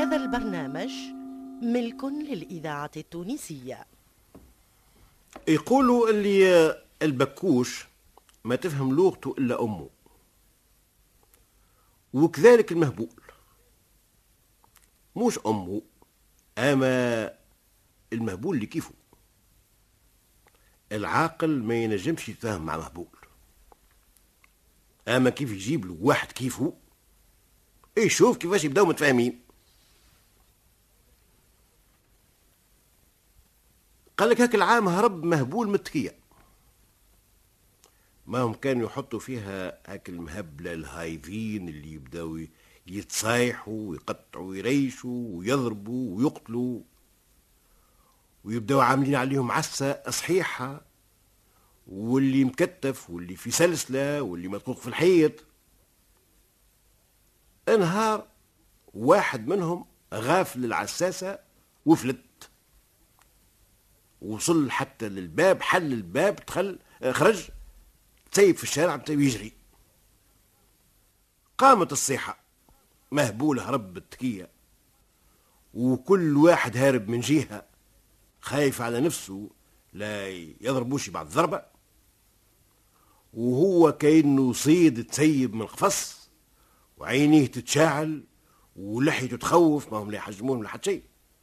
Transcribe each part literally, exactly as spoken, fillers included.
هذا البرنامج ملك للإذاعة التونسية. يقولوا اللي البكوش ما تفهم لغته إلا أمه، وكذلك المهبول مش أمه، أما المهبول اللي كيفه. العاقل ما ينجمش يتفاهم مع مهبول، أما كيف يجيب له واحد كيفه إيه، شوف كيفاش يبداو متفاهمين. قال لك هاك العام هرب مهبول من التكية، ما هم كانوا يحطوا فيها هاك المهبلة الهايفين اللي يبداو يتصايحوا ويقطعوا ويريشوا ويضربوا ويقتلوا، ويبداو عاملين عليهم عسة صحيحة، واللي مكتف واللي في سلسلة واللي مدقوق في الحيط. انهار واحد منهم غافل العساسة وفلت، وصل حتى للباب، حل الباب، دخل خرج تسيب في الشارع بتا يجري. قامت الصيحة، مهبول هرب بالتكية، وكل واحد هارب من جهة خايف على نفسه لا يضربوش بعد ضربة، وهو كأنه صيد تسيب من القفص، وعينيه تتشاعل ولحيته تخوف، ما هم لا يحجموهم ولا حتى شيء.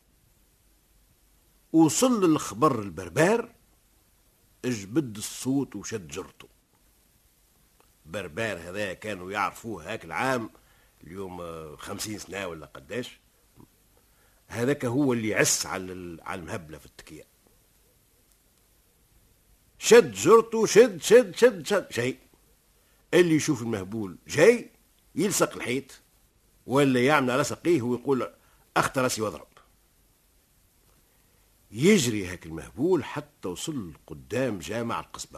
وصل الخبر البربار، اجبد الصوت وشد جرته. بربار هذا كانوا يعرفوه هاك العام اليوم خمسين سنة ولا قداش، هذاك هو اللي يعس على على المهبلة في التكية. شد جرته، شد شد شد شد شيء، اللي يشوف المهبول جاي يلصق الحيط ولا يعمل على سقيه ويقول اخت راسي واضرب. يجري هاك المهبول حتى وصل قدام جامع القصبة.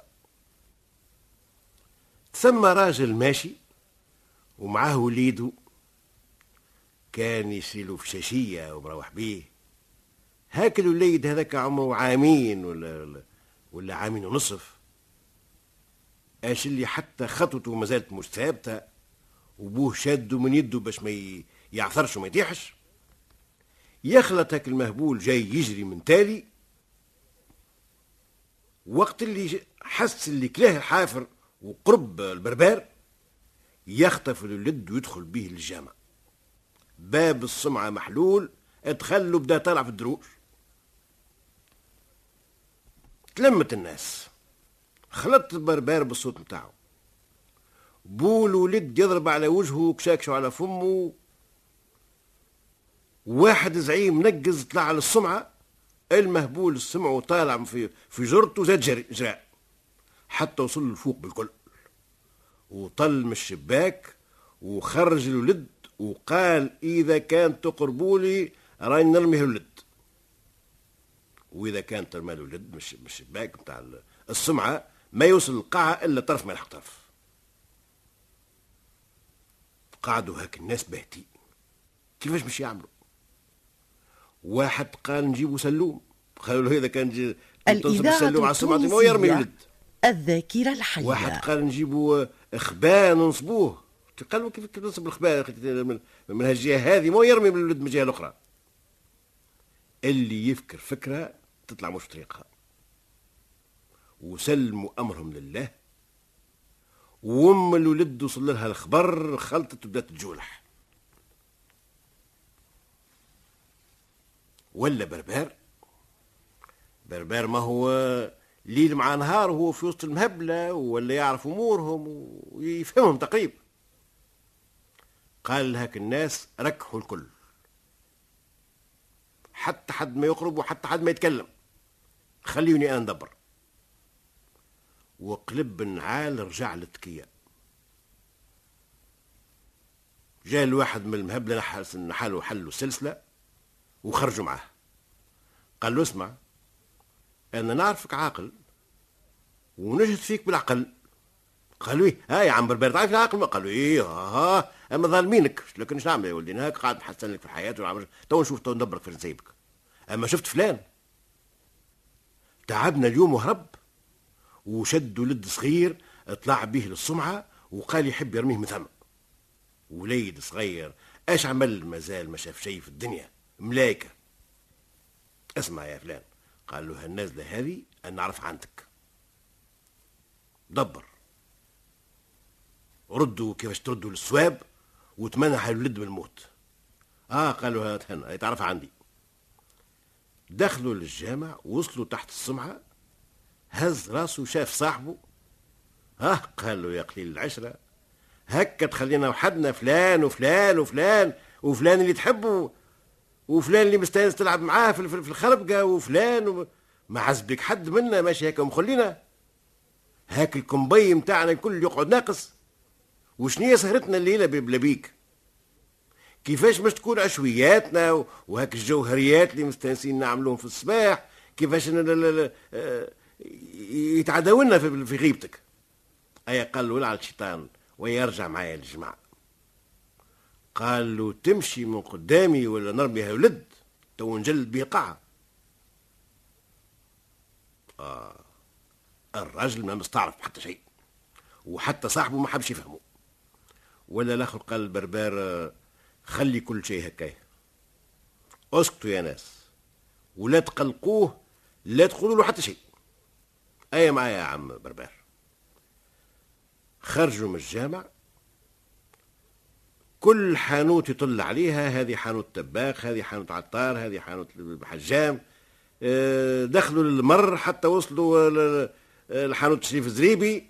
ثم راجل ماشي ومعاه وليده، كان يشيلوا في شاشية ومروح بيه. هاك الوليد هذاك عمره عامين ولا ولا عامين ونصف، اش اللي حتى خطوته ما زالت مش ثابته، وبوه شاده من يده باش ما يعثرش وما يطيحش. يخلط هاك المهبول جاي يجري من تالي، وقت اللي حس اللي كلاه الحافر وقرب البربار، يخطف الولد ويدخل به للجامع. باب السمعة محلول، ادخله بدا طالع في الدروج. تلمت الناس، خلط البربار بالصوت متاعه، بول ولد يضرب على وجهه وكشاكشه على فمه. واحد زعيم نقز طلع على السمعة، المهبول السمع وطالع في في جرته زاد جري جراء حتى وصل لفوق بالكل، وطل من الشباك وخرج الولد وقال إذا كان تقربولي راني نرمي الولد. وإذا كان ترمى الولد مش من الشباك بتاع السمعة ما يوصل القاعة إلا طرف ما يلحق طرف. قعدوا هاك الناس باهتين كيفاش باش يعملوا. واحد قال نجيبوا سلوم، قالوا له إذا كان تنصب السلوم على السمعة ما يرمي الولد. الذاكرة الحية. واحد قال نجيبوا خبان ننصبوه، قالوا كيف تنصب الخبان من هالجهة هذه ما يرمي بالولد من الجهة الأخرى. اللي يفكر فكرة تطلع مش طريقها. وسلموا أمرهم لله، وام الولد وصل لها الخبر، خلطت وبدات تجولح. ولا بربار بربار ما هو ليل مع نهار وهو في وسط المهبلة، ولا يعرف أمورهم ويفهمهم تقريبا. قال لهاك الناس ركحوا الكل، حتى حد ما يقرب وحتى حد ما يتكلم، خليوني أنا ندبر. وقلب النعال رجع للتكية. جاء الواحد من المهبلة نحالوا حلوا السلسلة وخرجوا معاه. قال له اسمع، أنا نعرفك عاقل ونجد فيك بالعقل. قالوا ايه؟ ها يا عم بربار تعرف العقل؟ قالوا ايه ها, ها اما ظالمينك، لكن ايش نعمل يا ولدي؟ انا قاعد نحسن لك في الحياه ونعمل تو نشوف تو ندبرك في نسيبك. اما شفت فلان تعبنا اليوم وهرب، وشد ولد صغير طلع به للسمعه وقال يحب يرميه من ثم. وليد صغير اش عمل؟ مازال ما شاف شيء في الدنيا، ملايكة. اسمع يا فلان، قال له هالنازلة هذه أنا نعرف عندك، دبر ردوا كيفاش تردوا للسواب وتمنح الولد بالموت. اه قال له هاتهنا تعرف عندي. دخلوا للجامع، وصلوا تحت السمعة، هز راسه شاف صاحبه. اه قال له يا قليل العشرة، هكا تخلينا وحدنا فلان وفلان وفلان وفلان اللي تحبه وفلان اللي مستانس تلعب معاه في في الخربقة وفلان و... ما عزبك حد منا ماشي هكا مخلينا هاك الكمبي متاعنا الكل يقعد ناقص. وشنية سهرتنا الليلة بلا بيك؟ كيفاش باش تكون عشوياتنا وهاك الجوهريات اللي مستانسين نعملوهم في الصباح كيفاش يتعداولنا في غيبتك؟ أي قال له على الشيطان ويرجع معايا للجماعة. قال له تمشي من قدامي ولا نرمي هالولد تو نجلد به قاعة. آه الراجل ما مستعرف حتى شيء، وحتى صاحبه ما حبش يفهمه. ولا الاخر قال البربار خلي كل شيء هكايا، اسكتوا يا ناس ولا تقلقوه، لا تقولوا له حتى شيء. اي معايا يا عم بربار. خرجوا من الجامع، كل حانوت يطل عليها، هذه حانوت تباخ، هذه حانوت عطار، هذه حانوت حجام. دخلوا للمر حتى وصلوا لحانوت شريف الزريبي،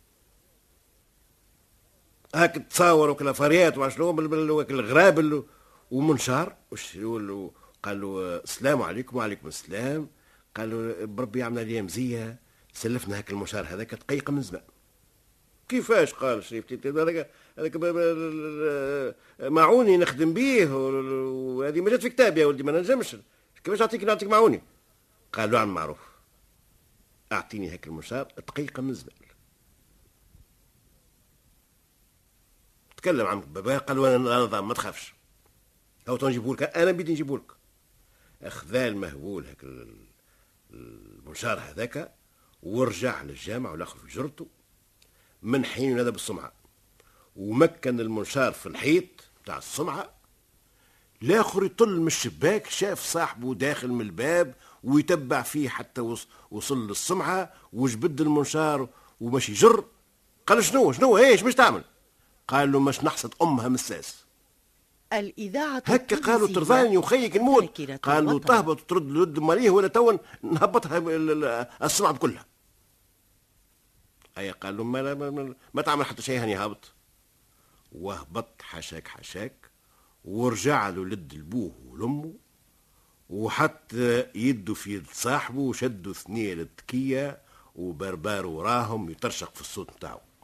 هاك تصاوروا كلافاريات وما شنو الغرابل ومنشار. قال له السلام عليكم. وعليكم السلام. قال له بربي عملنا لي مزيه، سلفنا هاك المنشار هذاك دقيقه من زمان. كيفاش؟ قال شريف هذاك هذاك معوني نخدم به وهذه ما جات في كتاب يا ولدي، ما ننجمش. كيفاش نعطيك نعطيك معوني؟ قال له عم معروف اعطيني هاك المنشار دقيقه من زمان. تكلم عم بابا. قال له انا نظام ما تخافش، هاو تنجيبوا لك، انا بدي نجيبوا لك. اخذا المهبول هاك المنشار هذاك ورجع للجامع والاخر في جرته. من حين ينادى بالسمعه ومكن المنشار في الحيط بتاع السمعه، الاخر يطل من الشباك شاف صاحبه داخل من الباب ويتبع فيه حتى وصل للسمعه وجبد المنشار ومشي جر. قال شنو شنو ايش مش تعمل؟ قال له مش نحصد امها مساس. الإذاعة هكا قالوا ترضاني وخيك نموت؟ قال له تهبط وترد الود ماليه ولا توا نهبطها السمعة كلها. أي قال له ما, ما, ما تعمل حتى شيء هاني هابط. وهبط حشاك حشاك ورجع له لد لبوه ولمه وحط يده في يد صاحبه وشدوا ثنيه للتكيه وبربار وراهم يطرشق في الصوت نتاعو.